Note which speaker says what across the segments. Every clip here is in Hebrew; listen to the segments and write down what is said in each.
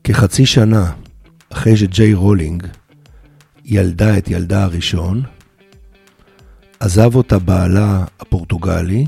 Speaker 1: כחצי שנה אחרי שג'יי רולינג ילדה את ילדה הראשון, עזב אותה בעלה הפורטוגלי,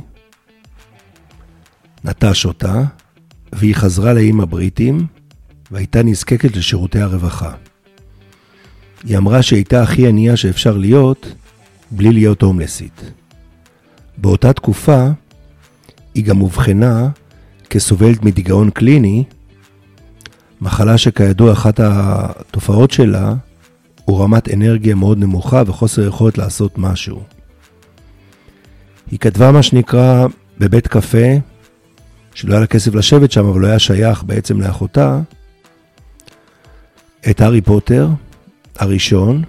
Speaker 1: נטש אותה, והיא חזרה לאיים הבריטים, והייתה נזקקת לשירותי הרווחה. היא אמרה שהייתה הכי ענייה שאפשר להיות, בלי להיות הומלסית. באותה תקופה, היא גם הובחנה כסובלת מדיכאון קליני, מחלה שכידוע אחת התופעות שלה, הוא רמת אנרגיה מאוד נמוכה וחוסר יכולת לעשות משהו. היא כתבה מה שנקרא בבית קפה, שלא היה לה כסף לשבת שם, אבל לא היה שייך בעצם לאחותה, את הארי פוטר הראשון,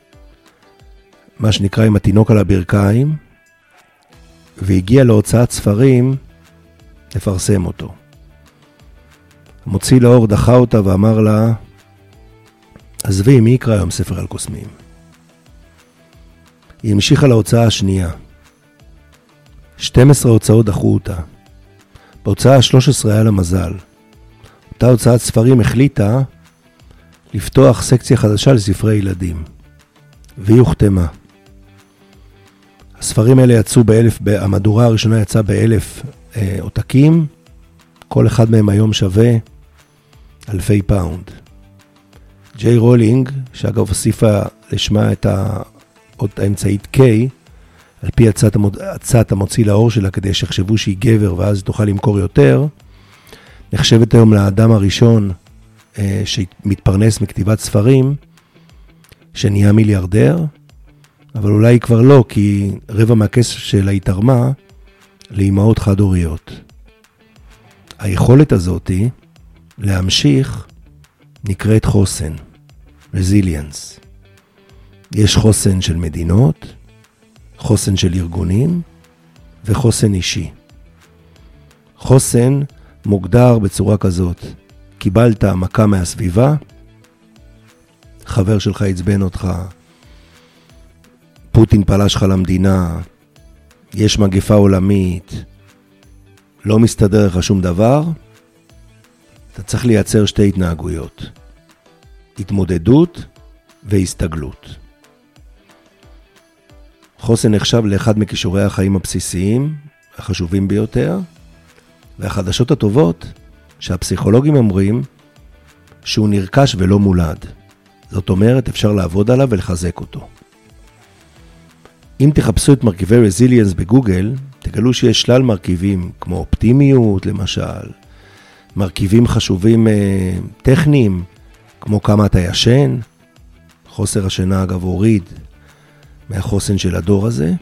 Speaker 1: מה שנקרא עם התינוק על הברכיים, והגיע להוצאת ספרים לפרסם אותו. המוציא לאור דחה אותה ואמר לה, עזבי, מי יקרא היום ספר על קוסמים? היא המשיכה להוצאה השנייה. 12 הוצאות דחו אותה. בהוצאה ה-13 היה לה מזל. אותה הוצאת ספרים החליטה לפתוח סקציה חדשה לספרי ילדים. והיא הוחתמה. הספרים האלה יצאו המהדורה הראשונה יצאה ב1,000 עותקים. כל אחד מהם היום שווה אלפי פאונד. ג'יי רולינג, שאגב הוסיפה לשמה את האמצעית K, על פי הצעת המוציא לאור שלה, כדי שיחשבו שהיא גבר ואז תוכל למכור יותר, נחשבת היום לאדם הראשון שמתפרנס מכתיבת ספרים, שנהיה מיליארדר, אבל אולי כבר לא, כי רבע מהכסף שלה היא תרמה לאימהות חד-הוריות. היכולת הזאת להמשיך נקראת חוסן, resilience. יש חוסן של מדינות, חוסן של ארגונים וחוסן אישי. חוסן מוגדר בצורה כזאת, קיבלת מכה מהסביבה, חבר שלך עצבן אותך, פוטין פלש לך למדינה, יש מגפה עולמית, לא מסתדר לך שום דבר, אתה צריך לייצר שתי התנהגויות, התמודדות והסתגלות. חוסן נחשב לאחד מכישורי החיים הבסיסיים, החשובים ביותר, והחדשות הטובות שהפסיכולוגים אומרים שהוא נרכש ולא מולד. זאת אומרת, אפשר לעבוד עליו ולחזק אותו. אם תחפשו את מרכיבי רזיליאנס בגוגל, תגלו שיש שלל מרכיבים, כמו אופטימיות למשל, מרכיבים חשובים טכניים, כמו כמה אתה ישן, חוסר השינה אגב הוריד מהחוסן של הדור הזה.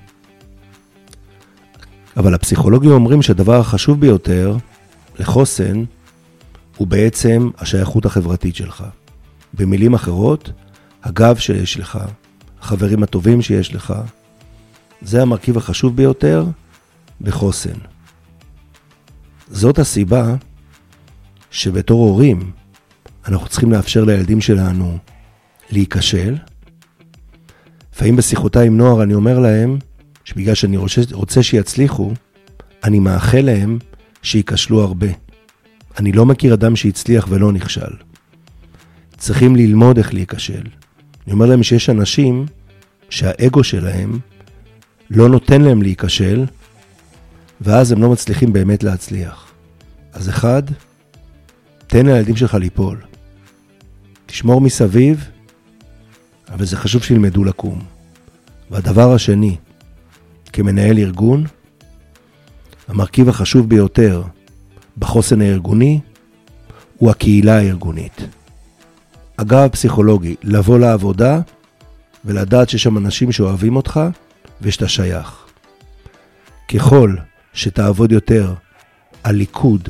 Speaker 1: אבל הפסיכולוגים אומרים שהדבר החשוב ביותר לחוסן הוא בעצם השייכות החברתית שלך. במילים אחרות, הגב שיש לך, החברים הטובים שיש לך, זה המרכיב החשוב ביותר בחוסן. זאת הסיבה שבתור הורים אנחנו צריכים לאפשר לילדים שלנו להיכשל. לפעמים בשיחותיי עם נוער אני אומר להם שבגלל שאני רוצה שיצליחו, אני מאחל להם שייכשלו הרבה. אני לא מכיר אדם שהצליח ולא נכשל. צריכים ללמוד איך להיכשל. אני אומר להם שיש אנשים שהאגו שלהם לא נותן להם להיכשל, ואז הם לא מצליחים באמת להצליח. אז אחד, תן לילדים שלך ליפול. תשמור מסביב, אבל זה חשוב שילמדו לקום. והדבר השני, כמנהל ארגון, המרכיב החשוב ביותר בחוסן הארגוני, הוא הקהילה הארגונית. אגב פסיכולוגי, לבוא לעבודה ולדעת שיש שם אנשים שאוהבים אותך ושאתה שייך. ככל שתעבוד יותר על ליכוד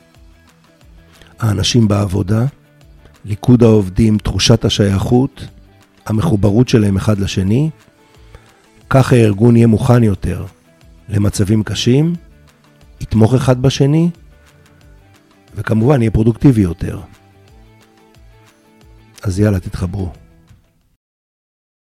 Speaker 1: האנשים בעבודה, ליכוד העובדים, תחושת השייכות, המחוברות שלהם אחד לשני, כך הארגון יהיה מוכן יותר למצבים קשים, יתמוך אחד בשני, וכמובן יהיה פרודוקטיבי יותר. אז יאללה, תתחברו.